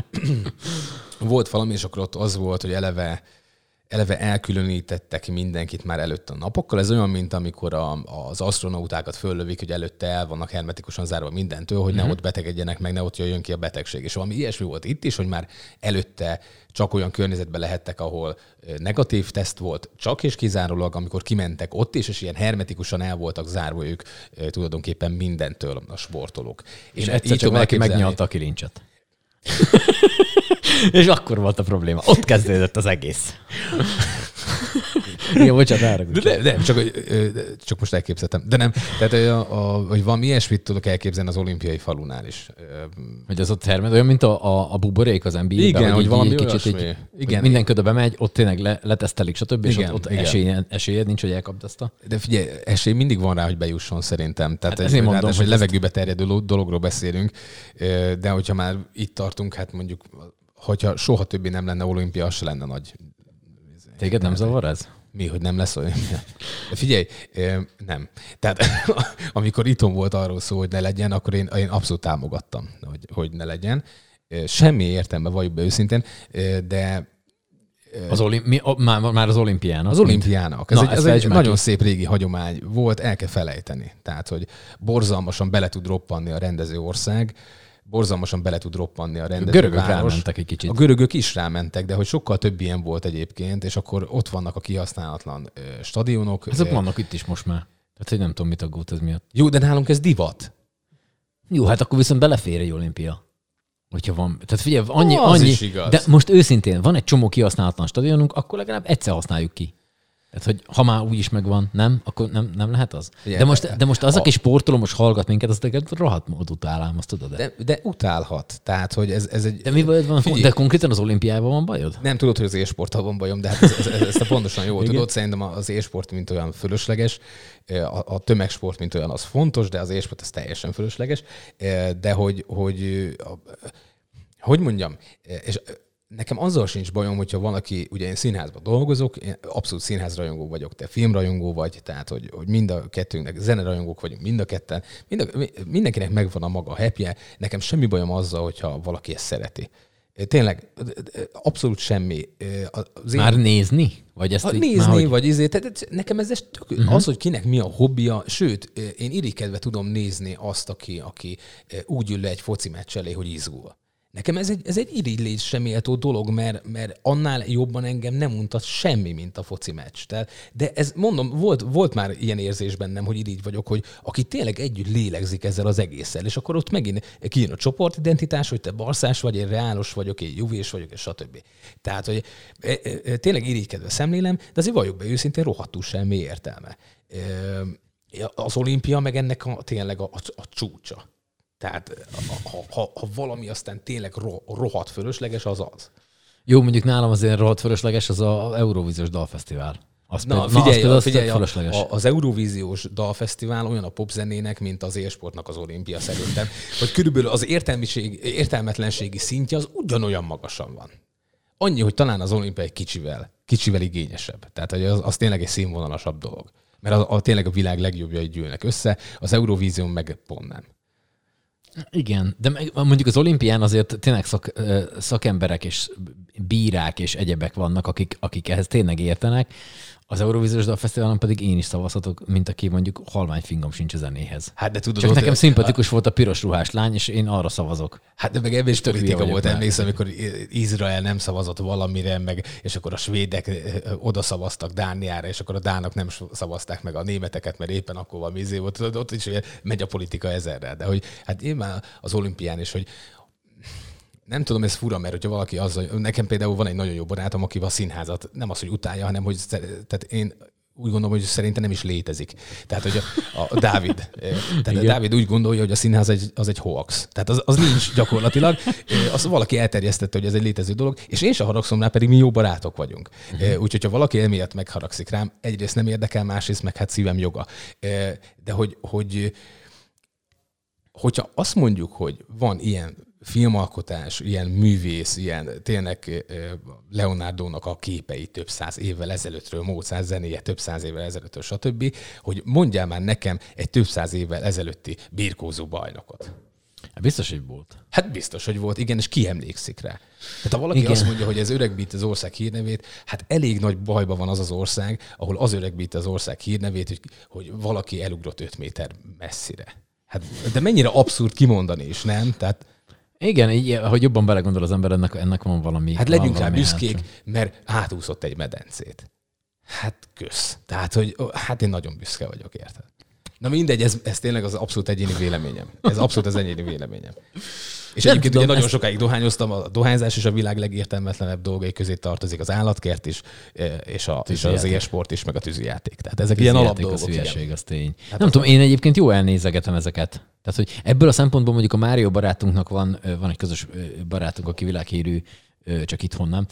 volt valami, és akkor ott az volt, hogy eleve, eleve elkülönítettek mindenkit már előtte a napokkal. Ez olyan, mint amikor a, az asztronautákat föllövik, hogy előtte el vannak hermetikusan zárva mindentől, hogy ne mm-hmm. ott betegedjenek meg, ne ott jöjjön ki a betegség. És valami ilyesmi volt itt is, hogy már előtte csak olyan környezetben lehettek, ahol negatív teszt volt, csak és kizárólag, amikor kimentek ott is, és ilyen hermetikusan el voltak zárva ők tulajdonképpen mindentől a sportolók. És egyszer csak valaki megnyalta a kilincset. És akkor volt a probléma. Ott kezdődött az egész. Jó, bocsánat, ára. De nem, csak, csak most elképzeltem. De nem, tehát a, a, hogy valami ilyesmit tudok elképzelni az olimpiai falunál is. Hogy az ott hermed, olyan, mint a, a, a buborék az en bé á-ben. Igen, hogy valami kicsit így, igen, minden ködbe bemegy, ott tényleg le, letesztelik, stb. És igen, ott, ott esélyed, esélyed nincs, hogy elkapd ezt a... De figyelj, esély mindig van rá, hogy bejusson szerintem. Tehát hát ez, ez mondom, hogy levegőbe terjedő dologról beszélünk, de hogyha már itt tartunk, hát mondjuk, hogyha soha többé nem lenne olimpia, az se lenne nagy... Téged nem zavar ez? Mi, hogy nem lesz olimpia? Figyelj, nem. Tehát amikor itthon volt arról szó, hogy ne legyen, akkor én, én abszolút támogattam, hogy, hogy ne legyen. Semmi értelme, valljuk be őszintén, de... Az olim, mi, már, már az olimpiának. Az olimpiának. Ez Na, egy, ez egy nagyon szép régi hagyomány volt, el kell felejteni. Tehát, hogy borzalmasan bele tud roppanni a rendező ország, borzalmasan bele tud roppanni a rendező görögök város. rámentek egy kicsit. A görögök is rámentek, de hogy sokkal több ilyen volt egyébként, és akkor ott vannak a kihasználatlan ö, stadionok. Ezek vannak itt is most már. Tehát, hogy nem tudom, mit aggódott ez miatt. Jó, de nálunk ez divat. Jó, hát akkor viszont belefér egy olimpia. Hogyha van. Tehát figyelj, annyi, az annyi, is igaz. de most őszintén, van egy csomó kihasználatlan stadionunk, akkor legalább egyszer használjuk ki. Tehát, hogy ha már úgy is megvan, nem, akkor nem, nem lehet az. Yeah, de, most, de most az, a... aki sportoló, most hallgat minket, az rohadt mód utálám, azt tudod. De, de utálhat. Tehát, hogy ez, ez egy... De mi bajod van? Figyelj, de konkrétan az olimpiában van bajod? Nem tudod, hogy az e-sporttal van bajom, de hát ez, ez, ez, ezt pontosan jól tudod. Szerintem az e-sport, mint olyan fölösleges, a, a tömegsport, mint olyan, az fontos, de az e-sport az teljesen fölösleges. De hogy, hogy, hogy mondjam, és nekem azzal sincs bajom, hogyha valaki, ugye én színházban dolgozok, én abszolút színházrajongó vagyok, te filmrajongó vagy, tehát hogy, hogy mind a kettőnknek zenerajongók vagyunk, mind a ketten, mind a, mindenkinek megvan a maga happy-je, nekem semmi bajom azzal, hogyha valaki ezt szereti. Tényleg, abszolút semmi. Az már én... nézni? Vagy ezt ha, így, nézni, hogy... vagy izé, tehát nekem ez tök, uh-huh. az, hogy kinek mi a hobbija, sőt, én irigykedve tudom nézni azt, aki, aki úgy ül le egy foci meccs elé, hogy izgul. Nekem ez egy, ez egy irigylés sem méltó dolog, mert, mert annál jobban engem nem mutat semmi, mint a foci meccs. Tehát, de ez, mondom, volt, volt már ilyen érzés bennem, hogy irigy vagyok, hogy aki tényleg együtt lélegzik ezzel az egésszel, és akkor ott megint kijön a csoportidentitás, hogy te barszás vagy, én reálos vagyok, én juvés vagyok, és stb. Tehát, hogy tényleg irigykedve szemlélem, de azért valljuk be őszintén, rohadtul semmi értelme. Az olimpia meg ennek a, tényleg a, a, a csúcsa. Tehát ha, ha, ha valami aztán tényleg rohadt fölösleges, az az. Jó, mondjuk nálam azért rohadt fölösleges, az az Eurovíziós Dalfesztivál. Az na, például, figyelj, na, az figyelj a, fölösleges. az Eurovíziós Dalfesztivál olyan a popzenének, mint az e-sportnak az olimpia szerintem, hogy körülbelül az értelmiség, értelmetlenségi szintje az ugyanolyan magasan van. Annyi, hogy talán az olimpia egy kicsivel, kicsivel igényesebb. Tehát hogy az, az tényleg egy színvonalasabb dolog. Mert a, a, tényleg a világ legjobbjai gyűlnek össze, az Eurovízión meg pont nem. Igen, de mondjuk az olimpián azért tényleg szak, szakemberek és bírák és egyebek vannak, akik, akik ehhez tényleg értenek. Az Eurovíziós Dalfesztiválon pedig én is szavazhatok, mint aki mondjuk halvány fingom sincs a zenéhez. Hát de tudod, csak nekem szimpatikus a... volt a piros ruhás lány, és én arra szavazok. Hát de meg ebben is politika volt, emlékszem, amikor Izrael nem szavazott valamire, meg, és akkor a svédek oda szavaztak Dániára, és akkor a dánok nem szavazták meg a németeket, mert éppen akkor valami izé volt. Ott is megy a politika ezerrel. De hogy hát én már az olimpián is, hogy nem tudom, ez fura, mert hogyha valaki azzal, nekem például van egy nagyon jó barátom, aki a színházat nem az, hogy utálja, hanem hogy tehát én úgy gondolom, hogy szerintem nem is létezik. Tehát, hogy a, a Dávid, tehát a Dávid úgy gondolja, hogy a színház egy, az egy hoax. Tehát az, az nincs gyakorlatilag. Azt valaki elterjesztette, hogy ez egy létező dolog, és én sem haragszom rá, pedig mi jó barátok vagyunk. Uh-huh. Úgyhogy, ha valaki emiatt megharagszik rám, egyrészt nem érdekel, másrészt meg hát szívem joga. De hogy, hogy hogyha azt mondjuk, hogy van ilyen filmalkotás, ilyen művész, ilyen tényleg Leonardo-nak a képei több száz évvel ezelőttről, Mozart zenéje több száz évvel ezelőttről, stb., hogy mondjál már nekem egy több száz évvel ezelőtti birkózó bajnokot. Hát biztos, hogy volt. Hát biztos, hogy volt, igen, és ki emlékszik rá. Tehát ha valaki igen. azt mondja, hogy ez öregbít az ország hírnevét, hát elég nagy bajban van az az ország, ahol az öregbít az ország hírnevét, hogy, hogy valaki elugrott öt méter messzire. Hát, de mennyire abszurd kimondani is, nem? Tehát igen, így, hogy jobban belegondol az ember, ennek, ennek van valami. Hát legyünk rá büszkék, hátra. Mert átúszott egy medencét. Hát kösz. Tehát, hogy hát én nagyon büszke vagyok, érted? Na mindegy, ez, ez tényleg az abszolút egyéni véleményem. Ez abszolút az egyéni véleményem. És nem egyébként tudom, ugye nagyon ezt... sokáig dohányoztam, a dohányzás is a világ legértelmetlenebb dolgai közé tartozik, az állatkert is, és, a, és az e-sport is, meg a tűzijáték. Tehát ezek ilyen alapdolgok. Az hülyeség, az tény. Hát nem az tudom, én egyébként jó elnézegetem ezeket. Tehát, hogy ebből a szempontból mondjuk a Mário barátunknak van, van egy közös barátunk, aki világhírű, csak itthon nem.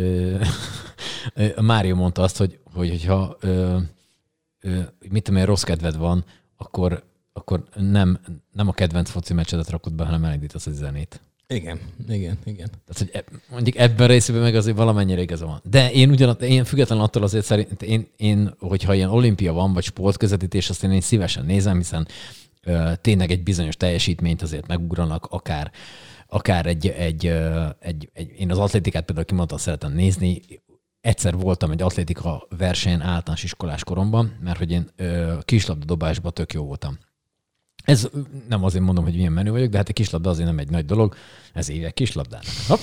A Mário mondta azt, hogy, hogy hogyha mit tudom én, rossz kedved van, akkor akkor nem, nem a kedvenc foci meccsedet rakod be, hanem elindítasz egy zenét. Igen, igen, igen. Tehát, hogy mondjuk ebben részében meg azért valamennyire igaza van. De én ugyanat, én függetlenül attól azért szerint, én, én, hogyha ilyen olimpia van, vagy sportközvetítés, azt én, én szívesen nézem, hiszen ö, tényleg egy bizonyos teljesítményt azért megugranak, akár, akár egy, egy, ö, egy, egy, én az atlétikát például kimondtam, szeretem nézni. Egyszer voltam egy atlétika versenyen általános iskolás koromban, mert hogy én ö, kislabdadobásban tök jó voltam. Ez nem azért mondom, hogy milyen menő vagyok, de hát a kislabda azért nem egy nagy dolog, ez évek kislabdának. Hopp.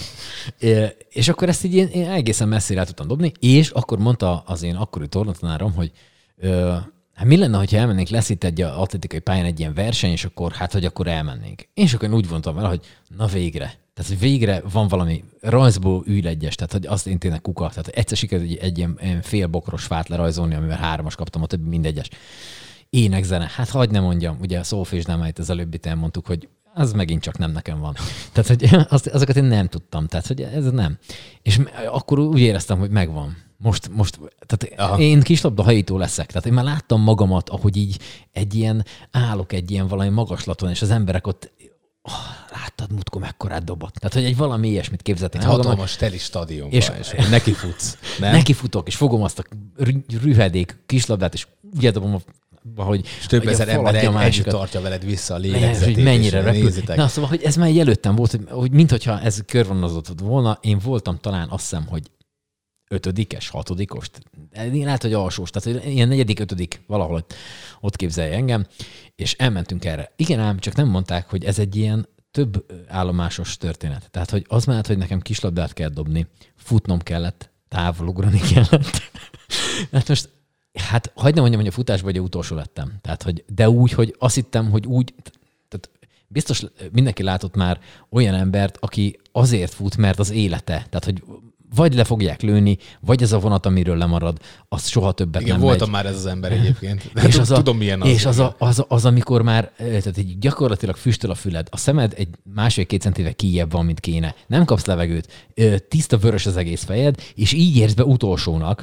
É, és akkor ezt így én, én egészen messzire el tudtam dobni, és akkor mondta az én akkori tornatanárom, hogy ö, hát mi lenne, ha elmennénk, lesz itt egy atlétikai pályán egy ilyen verseny, és akkor hát, hogy akkor elmennénk. És akkor én úgy vontam vele, hogy na végre. Tehát, hogy végre van valami rajzból ül egyes, tehát hogy azt én tényleg kuka. Tehát egyszer sikerült egy, egy ilyen, ilyen félbokros fát lerajzolni, amivel hármas kaptam, a többi mindegyes. Énekzene, hát hagyd ne mondjam, ugye a Soulfish Dynamite az előbbit elmondtuk, hogy az megint csak nem nekem van. Tehát, hogy az, azokat én nem tudtam, tehát, hogy ez nem. És akkor úgy éreztem, hogy megvan. Most, most tehát Aha. én kislabda hajító leszek. Tehát én már láttam magamat, ahogy így egy ilyen, állok egy ilyen valami magaslaton, és az emberek ott, oh, láttad, múltkor mekkorát dobott. Tehát, hogy egy valami ilyesmit képzelték. Egy hatalmas teli stadionban, és, és neki futsz. Neki futok, és fogom azt a rühedék kislabdát, és ugye dobom a hogy és több ezer ember egy, együtt tartja veled vissza a lélegzetét. Hogy mennyire repül. Na, szóval, hogy ez már egy előttem volt, hogy, hogy minthogyha ez körvonazott volna, én voltam talán azt hiszem, hogy ötödikes, hatodikos. Én lehet, hogy alsós, tehát ilyen negyedik, ötödik valahol ott, ott képzelje engem, és elmentünk erre. Igen ám, csak nem mondták, hogy ez egy ilyen több állomásos történet. Tehát, hogy az mellett, hogy nekem kislabdát kell dobni, futnom kellett, távolugrani kellett. Hát most Hát hagyd ne mondjam, hogy a futásban egy utolsó lettem. Tehát, hogy, de úgy, hogy azt hittem, hogy úgy, tehát biztos mindenki látott már olyan embert, aki azért fut, mert az élete. Tehát, hogy vagy le fogják lőni, vagy ez a vonat, amiről lemarad, az soha többet Igen, nem voltam megy. már ez az ember egyébként. És az, tudom, milyen az. És az, a, az, az, amikor már tehát így gyakorlatilag füstöl a füled, a szemed egy másfél-két centivel kijjebb van, mint kéne. Nem kapsz levegőt, tiszta vörös az egész fejed, és így érsz be utolsónak.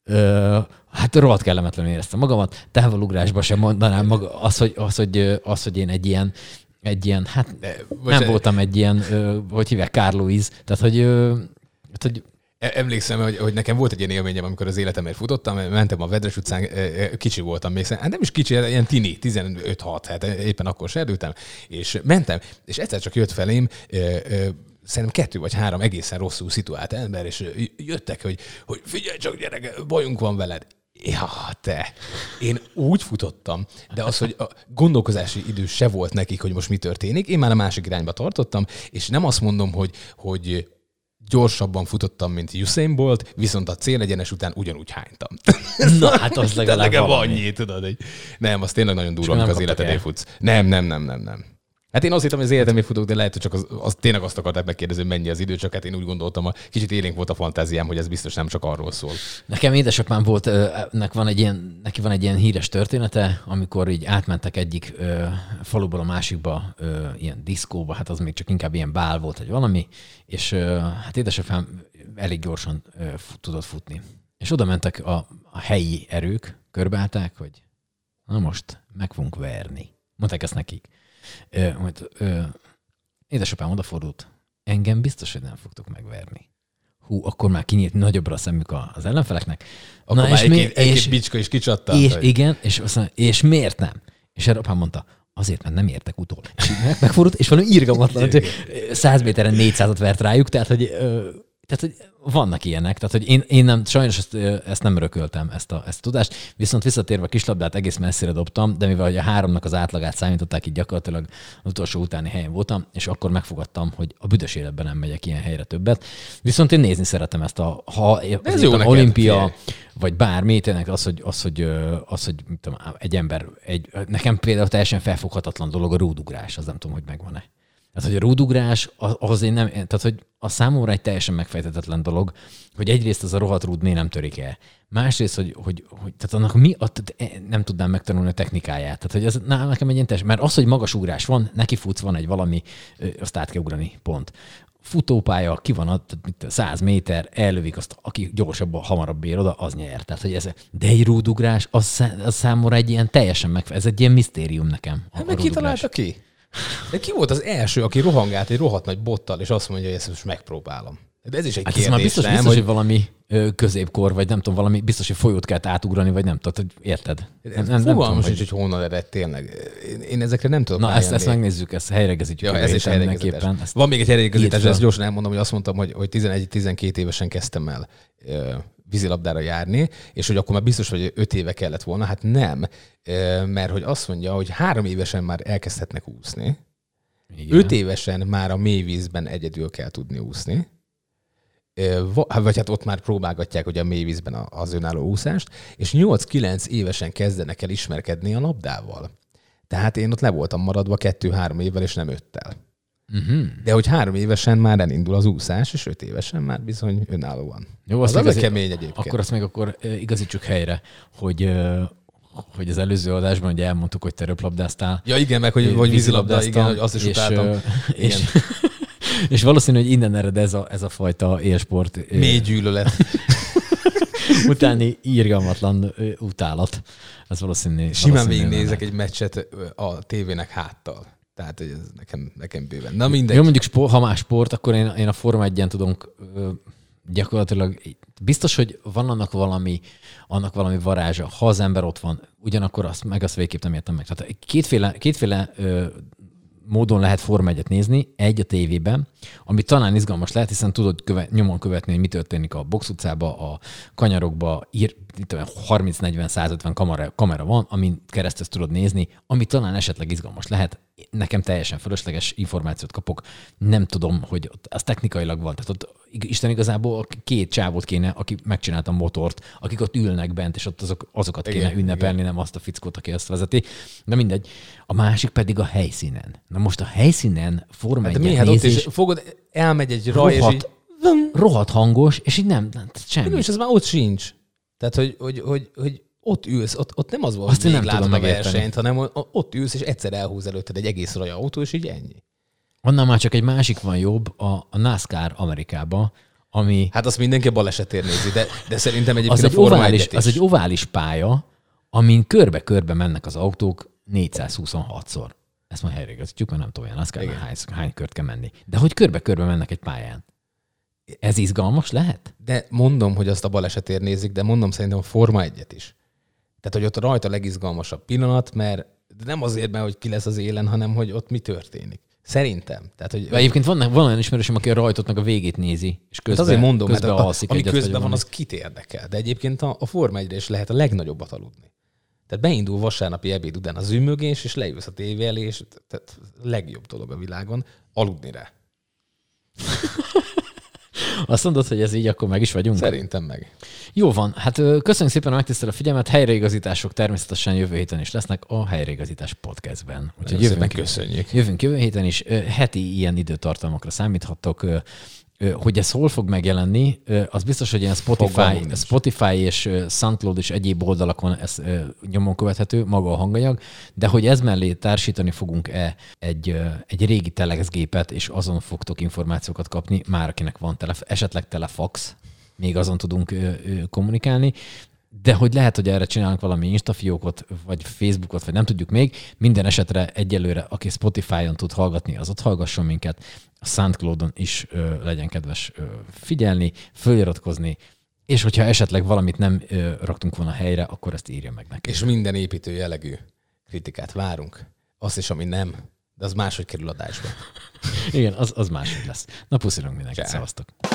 Ö, hát rohadt kellemetlenül éreztem magamat, távolugrásban sem mondanám maga, az, hogy, az, hogy, az, hogy én egy ilyen, egy ilyen hát De, nem voltam egy ilyen, ö, hogy hívják, Carl Lewis, tehát hogy, ö, hogy Emlékszem, hogy, hogy nekem volt egy ilyen élményem, amikor az életemért futottam, mentem a Vedres utcán, kicsi voltam még, hát nem is kicsi, ilyen tini, tizenöt-hat, hát éppen akkor serdültem, és mentem, és egyszer csak jött felém, szerintem kettő vagy három egészen rosszul szituált ember, és jöttek, hogy, hogy figyelj csak gyerek, bajunk van veled. Ja, te. Én úgy futottam, de az, hogy a gondolkozási idő se volt nekik, hogy most mi történik, én már a másik irányba tartottam, és nem azt mondom, hogy, hogy gyorsabban futottam, mint Usain Bolt, viszont a célegyenes után ugyanúgy hánytam. Na, hát az legalább, legalább annyi, tudod, hogy nem, az tényleg nagyon durva, amikor az életedért futsz. Nem, nem, nem, nem, nem. Hát én azt hittem, hogy az életemért futok, de lehet, hogy csak az, az tényleg azt akarták megkérdezni, mennyi az idő, csak hát én úgy gondoltam, a kicsit élénk volt a fantáziám, hogy ez biztos nem csak arról szól. Nekem édesapám volt, nek van egy ilyen, neki van egy ilyen híres története, amikor így átmentek egyik ö, faluból a másikba, ö, ilyen diszkóba, hát az még csak inkább ilyen bál volt, vagy valami, és ö, hát édesapám elég gyorsan ö, tudott futni. És oda mentek a, a helyi erők, körbeállták, hogy na most meg fogunk verni. Mondták ezt nekik. Ö, majd, ö, édesapám odafordult, engem biztos, hogy nem fogtok megverni. Hú, akkor már kinyílt nagyobbra a szemük az ellenfeleknek. Akkor Na, már és, egy, egy, és, egy bicska is kicsattant. És, igen, és, azt mondja, és miért nem? És erre apám mondta, azért, mert nem értek utol. És így meg, megfordult, és valami irgalmatlan, hogy száz méteren négyszázat vert rájuk, tehát, hogy ö, Tehát, hogy vannak ilyenek. Tehát, hogy én, én nem, sajnos ezt, ezt nem örököltem, ezt a, ezt a tudást. Viszont visszatérve a kislabdát egész messzire dobtam, de mivel a háromnak az átlagát számították, így gyakorlatilag az utolsó utáni helyen voltam, és akkor megfogadtam, hogy a büdös életben nem megyek ilyen helyre többet. Viszont én nézni szeretem ezt a, ha az olimpia, neked, vagy bármi, tényleg az, hogy, az, hogy, az, hogy tudom, egy ember, egy, nekem például teljesen felfoghatatlan dolog a rúdugrás, az nem tudom, hogy megvan-e. Tehát, hogy a rúdugrás, ahhoz én nem, tehát, hogy a számomra egy teljesen megfejtetetlen dolog, hogy egyrészt az a rohadt rúd miért nem törik el. Másrészt, hogy, hogy, hogy tehát annak mi, nem tudnám megtanulni a technikáját. Tehát, hogy ez nálam nekem egy ilyen teljesen, mert az, hogy magas ugrás van, neki futsz, van egy valami, azt át kell ugrani, pont. Futópálya, ki van ott, száz méter, ellövik azt, aki gyorsabban, hamarabb ér oda, az nyer. Tehát, hogy ez, de egy rúdugrás, az, az számomra egy ilyen teljesen megfejtetett, ez egy ilyen misztérium nekem. Hát meg ki találta ki? De ki volt az első, aki rohangált egy rohadt nagy bottal, és azt mondja, hogy ezt most megpróbálom? De ez is egy hát kérdés, ez már biztos, nem? biztos, hogy hogy valami ö, középkor, vagy nem tudom, valami biztos, hogy folyót kellett átugrani, vagy nem tudod, hogy érted? Nem, nem, Fogalmam nem sincs, hogy... hogy honnan ered tényleg. Én, én ezekre nem tudom. Na, ezt, ezt megnézzük, ezt helyregezítjük. Ja, ez is helyregezítés. Van még egy helyregezítés, ezt gyorsan elmondom, hogy azt mondtam, hogy, hogy tizenegy-tizenkét évesen kezdtem el ö, vízilabdára járni, és hogy akkor már biztos, hogy öt éve kellett volna. Hát nem, ö, mert hogy azt mondja, hogy három évesen már elkezdhetnek úszni. Igen. Öt évesen már a mélyvízben egyedül kell tudni úszni. Vagy hát ott már próbálgatják ugye a mélyvízben az önálló úszást, és nyolc-kilenc évesen kezdenek el ismerkedni a labdával. Tehát én ott le voltam maradva kettő-három évvel, és nem öttel. Uh-huh. De hogy három évesen már elindul az úszás, és öt évesen már bizony önállóan. Jó, az az kemény egyébként. Akkor azt még akkor igazítsuk helyre, hogy hogy az előző adásban ugye elmondtuk, hogy te röplabdáztál. Ja igen, meg hogy, hogy vízilabda, igen, hogy azt is és, utáltam. És, és valószínű, hogy innen ered ez a, ez a fajta élsport. Mély gyűlölet. Utáni irgalmatlan utálat. Ez valószínű. Simán végignézek egy meccset a tévének háttal. Tehát ez nekem, nekem bőven. Na mindegy. Jó, mondjuk sport, ha más sport, akkor én, én a Forma egyen tudunk gyakorlatilag biztos, hogy van annak valami, annak valami varázsa, ha az ember ott van, ugyanakkor azt, meg azt végképp nem értem meg. Tehát kétféle, kétféle ö, módon lehet Forma egyet nézni, egy a tévében, ami talán izgalmas lehet, hiszen tudod követ, nyomon követni, hogy mi történik a box utcában, a kanyarokba, ír, harminc-negyven-százötven kamera, kamera van, amin keresztül tudod nézni, ami talán esetleg izgalmas lehet. Nekem teljesen fölösleges információt kapok. Nem tudom, hogy ott, az technikailag van. Tehát ott Isten igazából két csávot kéne, aki megcsinálta a motort, akik ott ülnek bent, és ott azok, azokat kéne igen, ünnepelni, igen. Nem azt a fickót, aki azt vezeti. De mindegy. A másik pedig a helyszínen. Na most a helyszínen Forma hát egyet hát nézés... Ott is fogod, elmegy egy raj, rohadt, és így... rohadt hangos, és így nem, nem semmi. És ez már ott sincs. Tehát, hogy, hogy, hogy, hogy ott ülsz, ott, ott nem az volt, azt hogy még látod a versenyt, hanem ott ülsz, és egyszer elhúz előtted egy egész raj autó, és így ennyi. Annál már csak egy másik van jobb, a, a NASCAR Amerikában, ami... Hát azt mindenki a balesetért nézi, de, de szerintem egyébként az a egy Forma ovális, is. Az egy ovális pálya, amin körbe-körbe mennek az autók négyszázhuszonhatszor. Ezt majd helyreigazítjuk, mert nem tudom, hogy a NASCAR-ban hány, hány kört kell menni. De hogy körbe-körbe mennek egy pályán. Ez izgalmas lehet? De mondom, hogy azt a balesetért nézik, de mondom szerintem a Forma egyet is. Tehát, hogy ott rajta a legizgalmasabb pillanat, mert nem azért, mert hogy ki lesz az élen, hanem hogy ott mi történik. Szerintem. Tehát, hogy egyébként van, van olyan ismerősöm, aki a rajtotnak a végét nézi, és közben, hát azért mondom, közben mert alszik a, ami egyet, közben van, az kit érdekel. De egyébként a, a Forma egyre is lehet a legnagyobbat aludni. Tehát beindul vasárnapi ebéd után az zümmögés, és leülsz a tévé elé, és tehát a legjobb dolog a világon aludni rá. Azt mondod, hogy ez így, akkor meg is vagyunk? Szerintem meg. Jó van, hát köszönjük szépen a megtisztelő figyelmet, helyreigazítások természetesen jövő héten is lesznek a Helyreigazítás podcastben. Úgyhogy jövünk, köszönjük. Jövünk jövő héten is, heti ilyen időtartalmakra számíthattok. Hogy ez hol fog megjelenni, az biztos, hogy ilyen Spotify, Spotify és SoundCloud és egyéb oldalakon ez nyomon követhető, maga a hanganyag, de hogy ez mellé társítani fogunk-e egy, egy régi telexgépet, és azon fogtok információkat kapni, már akinek van tele, esetleg telefax, még azon tudunk kommunikálni, de hogy lehet, hogy erre csinálunk valami Instafiókot, vagy Facebookot, vagy nem tudjuk még. Minden esetre egyelőre, aki Spotify-on tud hallgatni, az ott hallgasson minket. A SoundCloudon is ö, legyen kedves ö, figyelni, föliratkozni, és hogyha esetleg valamit nem ö, raktunk volna helyre, akkor ezt írja meg nekünk. És minden építő jellegű kritikát várunk. Azt is, ami nem, de az máshogy kerül adásba. Igen, az, az máshogy lesz. Na puszilunk mindenkit, szevasztok!